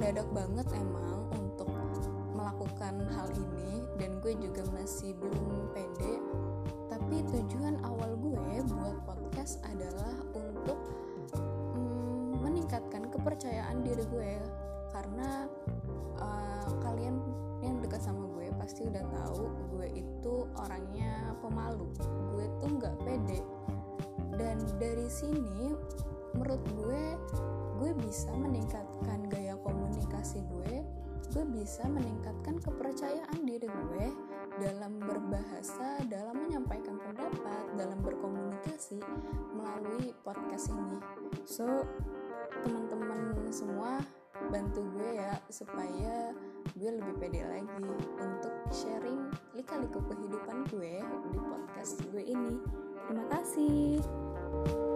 mendadak banget emang untuk melakukan hal ini, dan gue juga masih belum pede. Tapi tujuan awal gue buat podcast adalah untuk meningkatkan kepercayaan diri gue, karena kalian yang dekat sama gue pasti udah tahu gue itu orangnya pemalu, gue tuh nggak pede. Dan dari sini menurut gue bisa meningkatkan gaya komunikasi gue bisa meningkatkan kepercayaan diri gue dalam berbahasa, dalam menyampaikan pendapat, dalam berkomunikasi melalui podcast ini. So, teman-teman semua bantu gue ya supaya gue lebih pede lagi untuk sharing lika-liku kehidupan gue di podcast gue ini. Terima kasih.